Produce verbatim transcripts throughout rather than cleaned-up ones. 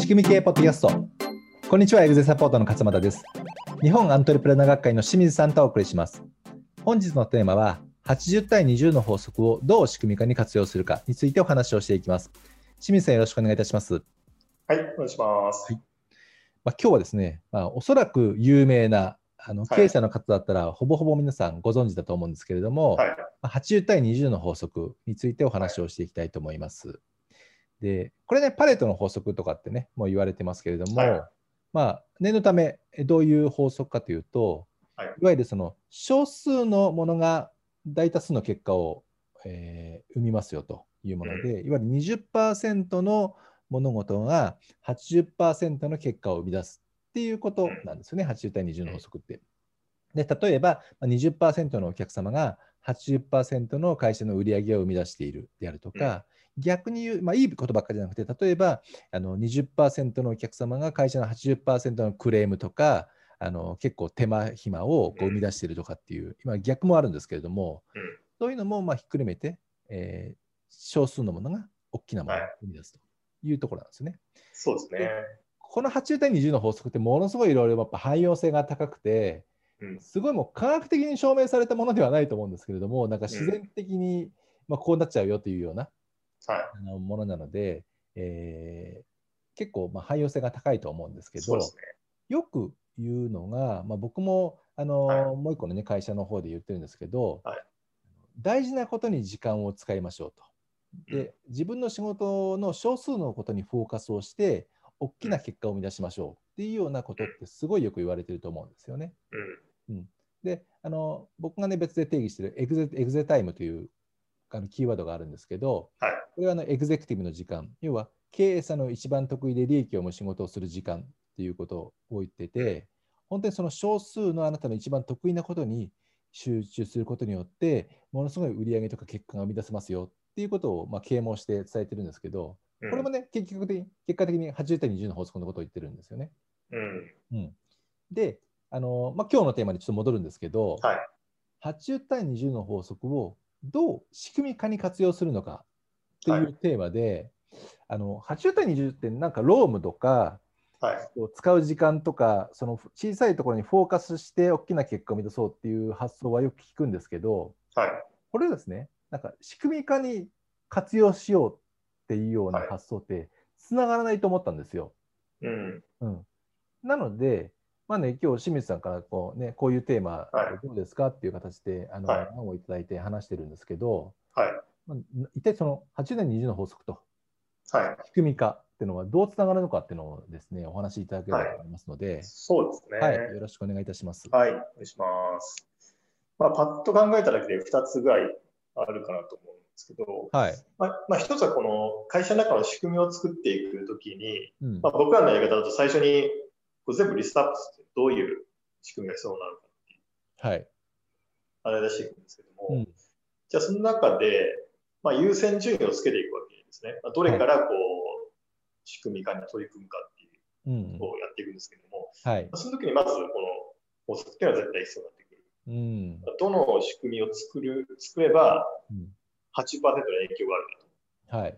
組み系ポッドキャスト。こんにちは、エグゼサポートの勝又です。日本アントレプレナー学会の清水さんとお送りします。本日のテーマははちじゅう対にじゅうの法則をどう仕組み化に活用するかについてお話をしていきます。清水さん、よろしくお願いいたします。 はい、お願いします。 はいまあ、今日はですね、まあ、おそらく有名なあの経営者の方だったら、はい、ほぼほぼ皆さんご存知だと思うんですけれども、はいはちじゅう対にじゅうの法則についてお話をしていきたいと思います。はい、でこれね、パレットの法則とかってね、もう言われてますけれども、はい、まあ、念のためどういう法則かというと、はい、いわゆるその少数のものが大多数の結果を、えー、生みますよというもので、うん、いわゆる にじゅっパーセント の物事が はちじゅっパーセント の結果を生み出すっていうことなんですよね、はちじゅう対にじゅうの法則って。で例えば にじゅっパーセント のお客様が はちじゅっパーセント の会社の売り上げを生み出しているであるとか、うん、逆に言う、まあ、いいことばっかりじゃなくて、例えばあの にじゅっパーセント のお客様が会社の はちじゅっパーセント のクレームとか、あの結構手間暇をこう生み出しているとかっていう、今逆もあるんですけれども、うん、そういうのもまあひっくるめて、えー、少数のものが大きなものを生み出すというところなんですよね。 そうですね。 このはちじゅう対にじゅうの法則ってものすごいいろいろやっぱ汎用性が高くて、すごいもう科学的に証明されたものではないと思うんですけれども、なんか自然的に、うんまあ、こうなっちゃうよというような、はい、あのものなので、えー、結構まあ汎用性が高いと思うんですけど、ね、よく言うのが、まあ、僕もあの、はい、もう一個の、ね、会社の方で言ってるんですけど、はい、大事なことに時間を使いましょうと。で、うん、自分の仕事の少数のことにフォーカスをして大きな結果を生み出しましょうっていうようなことってすごいよく言われてると思うんですよね。うんうん、であの僕が、ね、別で定義しているエグゼ、エグゼタイムというあのキーワードがあるんですけど、はい、これはあのエグゼクティブの時間、要は経営者の一番得意で利益を生む仕事をする時間っていうことを言ってて、本当にその少数のあなたの一番得意なことに集中することによってものすごい売り上げとか結果が生み出せますよっていうことをまあ啓蒙して伝えてるんですけど、これもね、結局的に結果的にはちじゅう対にじゅうの法則のことを言ってるんですよね。うんうん、であの、まあ、今日のテーマにちょっと戻るんですけど、はい、はちじゅう対にじゅうの法則をどう仕組み化に活用するのかっていうテーマで、はい、あのはちじゅう対にじゅうってなんか労務とか、はい、使う時間とかその小さいところにフォーカスして大きな結果を生み出そうっていう発想はよく聞くんですけど、はい、これですね、なんか仕組み化に活用しようっていうような発想ってつながらないと思ったんですよ。うんうん、なので、まあね、今日清水さんからこう、ね、こういうテーマどうですかっていう形で、あの、はい、案をいただいて話してるんですけど、はい、まあ、一体そのはちじゅう対にじゅうの法則と仕組み化っていうのはどうつながるのかっていうのをですね、お話しいただければと思いますので、はい、 そうですね、 はい、よろしくお願いいたします。 はい、お願いします。まあ、パッと考えただけでふたつぐらいあるかなと思うんですけど、はい、まあ、まあ、ひとつはこの会社の中の仕組みを作っていくときに、うん、まあ、僕らのやり方だと最初にこう全部リストアップしてどういう仕組みが必要なのかっていう、はい、あれ出していくんですけども、うん、じゃあその中で、まあ、優先順位をつけていくわけですね。まあ、どれからこう、はい、仕組み化に取り組むかっていうことをやっていくんですけども、うんはい、その時にまずこの法則っていうのは絶対必要になってくる。うん、どの仕組みを作る作れば はちじゅっパーセント の影響があるかと、はい、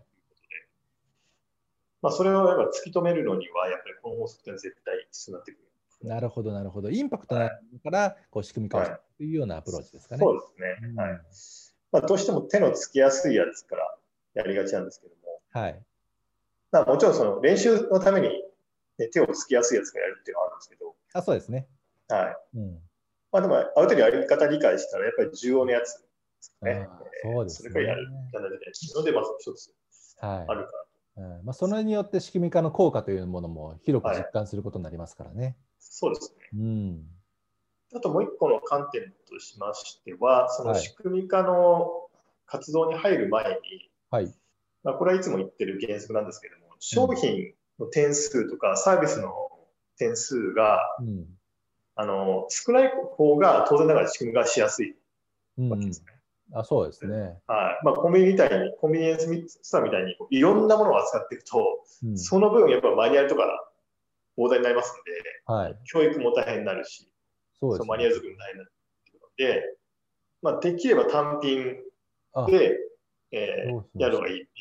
まあ、それをやっぱ突き止めるのにはやっぱりこの法則って絶対必要になってくる。 なるほどなるほど。インパクトなからこう仕組み化をするというようなアプローチですかね。 はい、そうですね、うんはいまあ、どうしても手のつきやすいやつからやりがちなんですけども、はい、まあもちろんその練習のために、ね、手をつきやすいやつがやるっていうのはあるんですけど、 あそうですね、 はいうんまあ、でもある程度やり方理解したらやっぱり重要なやつですね。 そうですね。 それからやるやらなきゃいけないので、まず一つあるかな、はいうんまあ、それによって仕組み化の効果というものも広く実感することになりますからね。はい、 そうですね。うん、あともう一個の観点としましては、その仕組み化の活動に入る前に、はいまあ、これはいつも言ってる原則なんですけども、商品の点数とかサービスの点数が、うん、あの少ない方が当然ながら仕組み化しやすいわけですね。 うん、あそうですね。 はいまあ、コンビニみたいに、コンビニエンスストアみたいにいろんなものを扱っていくと、うん、その分やっぱマニュアルとか膨大になりますので、はい、教育も大変になるし、そうですね、そのマニュアル作りも大変になるということで、まあ、できれば単品で、えー、やるのがいいっていう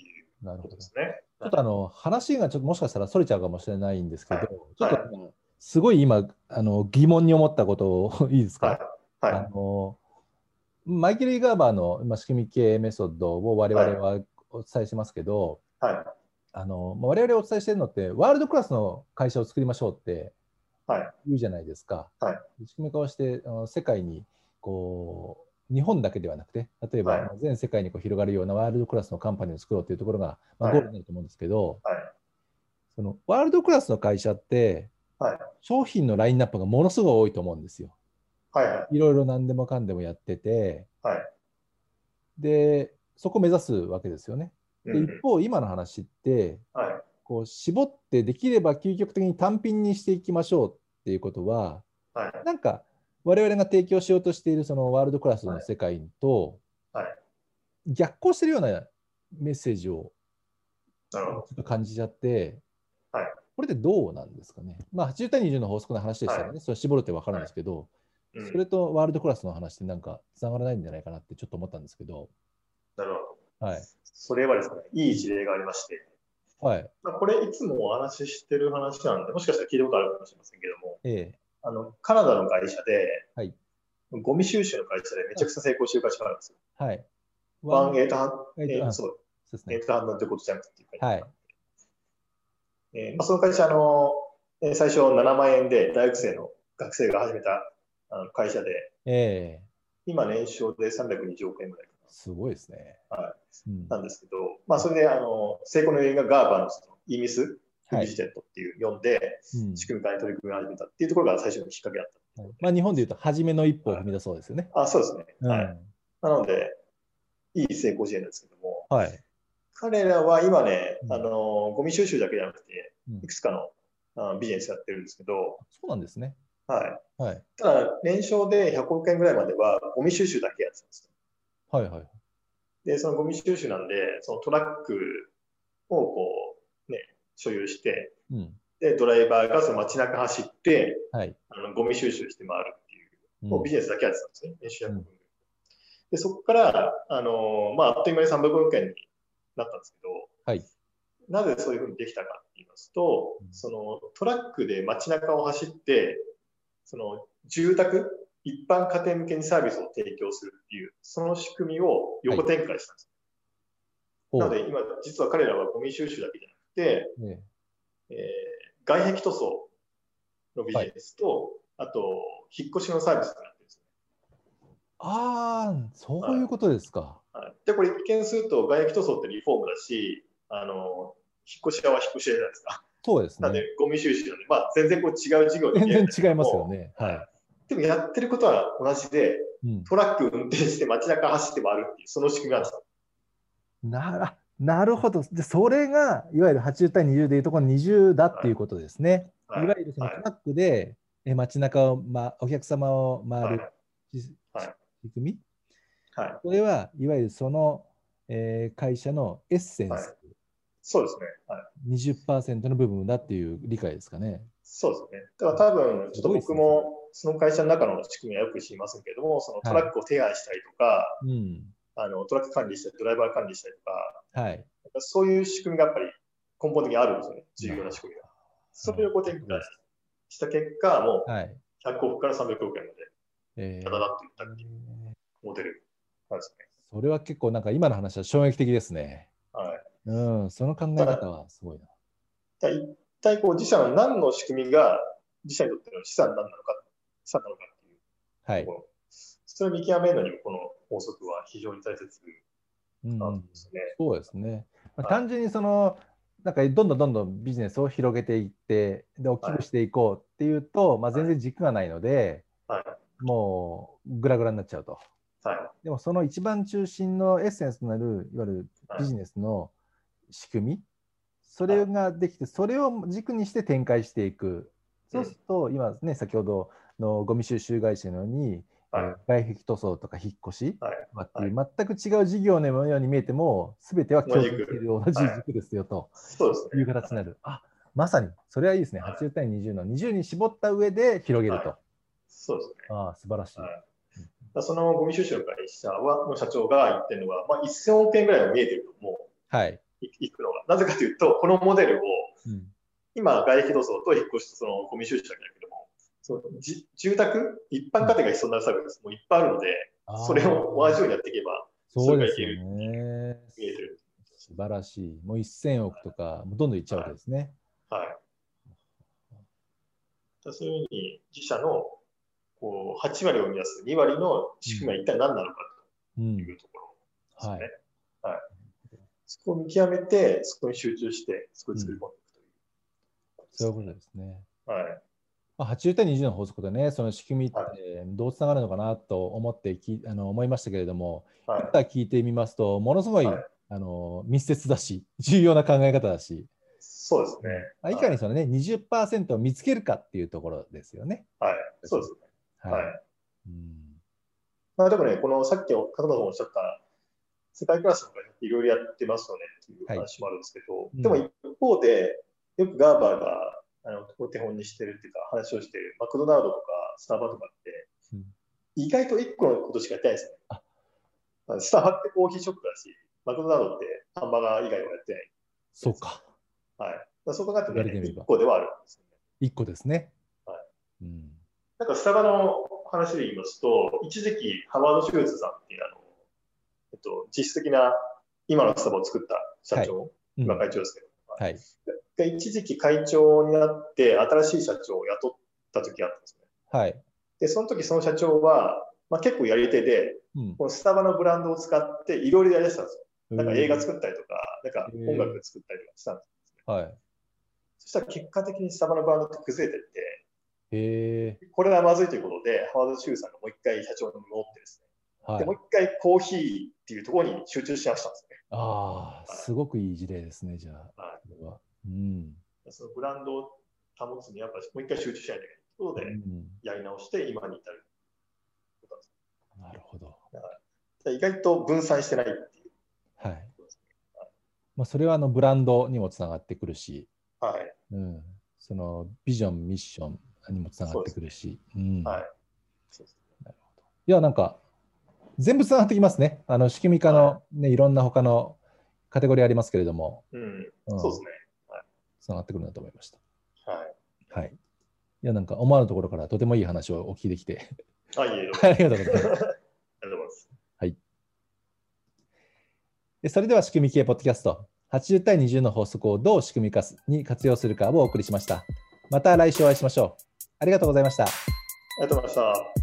なるほどですね。ちょっとあの話がちょっともしかしたらそれちゃうかもしれないんですけど、はい、ちょっとすごい今あの疑問に思ったことをいいですか、はいはい、あのマイケル・イガーバーの仕組み系メソッドを我々はお伝えしてますけど、はい、あの我々お伝えしてるのってワールドクラスの会社を作りましょうって言うじゃないですか。はい、仕組み化をしてあの世界にこう日本だけではなくて、例えば、はい、全世界にこう広がるようなワールドクラスのカンパニーを作ろうというところが、まあ、ゴールになると思うんですけど、はいはい、そのワールドクラスの会社って、はい、商品のラインナップがものすごい多いと思うんですよ。はいはい、いろいろ何でもかんでもやってて、はい、でそこを目指すわけですよね。で一方、今の話って、はい、こう絞ってできれば究極的に単品にしていきましょうっていうことは、はい、なんか我々が提供しようとしているそのワールドクラスの世界と逆行してるようなメッセージをちょっと感じちゃって、はい、これってどうなんですかね。まあはちじゅう対にじゅうの法則の話でしたらね、はい、それ絞るって分かるんですけど、はい、それとワールドクラスの話ってなんかつながらないんじゃないかなってちょっと思ったんですけど。 なるほど。はい、それはですね、いい事例がありまして、はい、まあこれいつもお話ししてる話なんで、もしかしたら聞いたことあるかもしれませんけども、ええ、あのカナダの会社で、はい、ゴミ収集の会社でめちゃくちゃ成功してる会社があるんですよ。はい。ワンエイトハンド、えー、そうですね。エイトハンドデコットジャンクっていう会社があって、はいえーまあ、その会社の、えー、最初ななまんえんで大学生の学生が始めたあの会社で、えー、今年商でさんびゃくにじゅうおくえんぐらいかな。 すごいですね。 はい。うん、なんですけど、まあそれであの成功の原因がガーバナンスの イーミス フビジテントっていう呼んで、はい、仕組み化に取り組み始めたっていうところが最初のきっかけだった。 はい、まあ日本でいうと初めの一歩を踏み出そうですよね。 はい、あ、そうですね。うん、はい。なので、いい成功事例なんですけども、はい、彼らは今ね、あのゴミ収集だけじゃなくて、いくつかの、あのビジネスやってるんですけど、 そうなんですね。 はい。はい、ただ、年商でひゃくおくえんぐらいまではゴミ収集だけやってたんです。はいはい。で、そのゴミ収集なんで、そのトラックをこう、ね、所有して、うん、で、ドライバーがその街中走って、はい、あのゴミ収集して回るっていう、うん、ビジネスだけやってたんですね、年収ひゃくおくえん。で、そこから、あのまあ、あっという間にさんびゃくおくえんになったんですけど、はい、なぜそういうふうにできたかって言いますと、うん、そのトラックで街中を走って、その住宅、一般家庭向けにサービスを提供するっていう、その仕組みを横展開したんです。はい、なので、今、実は彼らはゴミ収集だけじゃなくて、ねえー、外壁塗装のビジネスと、はい、あと、引っ越しのサービスになってるんですよ。 ああ、そういうことですか。 はいはい、で、これ一見すると外壁塗装ってリフォームだし、あの引っ越し屋は引っ越し屋じゃないですか。 そうですね。 なんで、ゴミ収集なんで、まあ、全然こう違う事業で全然違いますよね。はい。 でもやってることは同じで、うん、トラック運転して街中走って回るっていう、その仕組みなんですよ。 な, なるほど。で、それが、いわゆるはちじゅう対にじゅうでいうところのにじゅうだっていうことですね。はい、いわゆるそのトラックで、はい、街中を、ま、お客様を回る仕組み、はいはい、それはいわゆるその、えー、会社のエッセンス、はい、 そうですね、はい、 にじゅっパーセント の部分だっていう理解ですかね。 そうですね。だから多分、ちょっと僕もその会社の中の仕組みはよく知りませんけれども、そのトラックを手配したりとか、はい、うん、あのトラック管理したり、ドライバー管理したりとか、はい、そういう仕組みがやっぱり根本的にあるんですよね、重要な仕組みが。それをこう展開した結果、もうひゃくおくからさんびゃくおくえんまで、ただだって言ったっていうモデルなんですね。 それは結構なんか今の話は衝撃的ですね。はい。うん、その考え方はすごいな。 一体こう自社の何の仕組みが自社にとっての資産なのか、資産なのかっていうところ、はい、それを見極めるのにもこの法則は非常に大切なんですね。 うん、そうですね。まあ、単純にその、なんかどんどんどんどんビジネスを広げていってで大きくしていこうっていうと、はい、まあ、全然軸がないので、はい、もうグラグラになっちゃうと。はい、でもその一番中心のエッセンスとなるいわゆるビジネスの仕組み、それができて、それを軸にして展開していく。そうすると、今ね、先ほどのゴミ収集会社のように、はい、えー、外壁塗装とか引っ越しとかっていう、全く違う事業のように見えても、すべては共通している同じ軸ですよという形になる。あ、まさに、それはいいですね。はちじゅう対にじゅうのにじゅうに絞った上で広げると。はい、 そうですね。 ああ、素晴らしい。はい、 そのゴミ収集の会社はの社長が言ってるのは、まあ、せんおくえんぐらいは見えてると思う。はい。 いくのが。なぜかというと、このモデルを、うん、今、外壁塗装と引っ越しとそのゴミ収集だけだけども、そのじ住宅、一般家庭が必要になる作業です。もういっぱいあるので、それを同じようにやっていけば、 そうですよね。見えてる。素晴らしい。もうせんおくとか、もうどんどんいっちゃうわけですね。 はい。はい、そういうふうに、自社のこうはちわりを生み出すにわりの仕組みは一体何なのかというところですね。うんうん、はいはい、そこを見極めて、そこに集中して、そこに作り込んでいくという、 うん。そういうことですね。 はい。 まあ、はちじゅうたいにじゅうの法則でね、その仕組みってどうつながるのかなと思ってきあの思いましたけれども、はい、聞いてみますと、ものすごい、はい、あの密接だし、重要な考え方だし、 そうですね。 まあ、いかにそのね、はい、にじゅっパーセント を見つけるかっていうところですよね。 はい、そうですね。はい。はい、 うん、 まあ、でもね、このさっき、片野さんおっしゃった世界クラスの会社っていろいろやってますよねっていう話もあるんですけど、はい、でも一方で、よくガーバーがあのお手本にしてるっていうか、話をしているマクドナルドとかスタバとかって、うん、意外といっこのことしかやってないですよね。あスタバってコーヒーショップだし、マクドナルドってハンバーガー以外はやってない。 そうか。 はい。そう考えるとね、いっこではあるんですよね。 いっこですね。 はい。うん、なんかスタバの話で言いますと、一時期、ハワード・シューズさんっていうあの、えっと、実質的な今のスタバを作った社長、はい、今会長ですけど、 はい、 が一時期会長になって、新しい社長を雇った時があったんですね。 はい。 で、その時その社長は、まあ、結構やり手で、うん、このスタバのブランドを使っていろいろやりだしたんですよ。なんか映画作ったりとか、なんか音楽作ったりとかしたんですね。 はい。 そしたら結果的にスタバのブランドって崩れていって、 へこれはまずいということで、ハワード・シューさんがもう一回社長に戻ってですね、はい、でもう一回コーヒーっていうところに集中しましたんですね。 ああ、すごくいい事例ですね、じゃあ。はい、それはうん、 そのブランドを保つにやっぱりもう一回集中しないといけないということで、やり直して今に至ることです。 なるほど。 だから意外と分散してないっていう。 はい。まあ、それはあのブランドにもつながってくるし、 はい。 うん、そのビジョン、ミッションにもつながってくるし。うん、はい。そうですね。なるほど。いや、なんか、全部つながってきますね。あの仕組み化の、ね、はい、いろんな他のカテゴリーありますけれども、 うん、うん、そうですね。はい。 つながってくるなと思いました。 はい。 はい。いや、なんか思わぬところからとてもいい話をお聞きできて。 はい、ありがとうございます。ありがとうございます。 はい。それでは仕組み系ポッドキャスト、はちじゅうたいにじゅうの法則をどう仕組み化に活用するかをお送りしました。また来週お会いしましょう。ありがとうございました。ありがとうございました。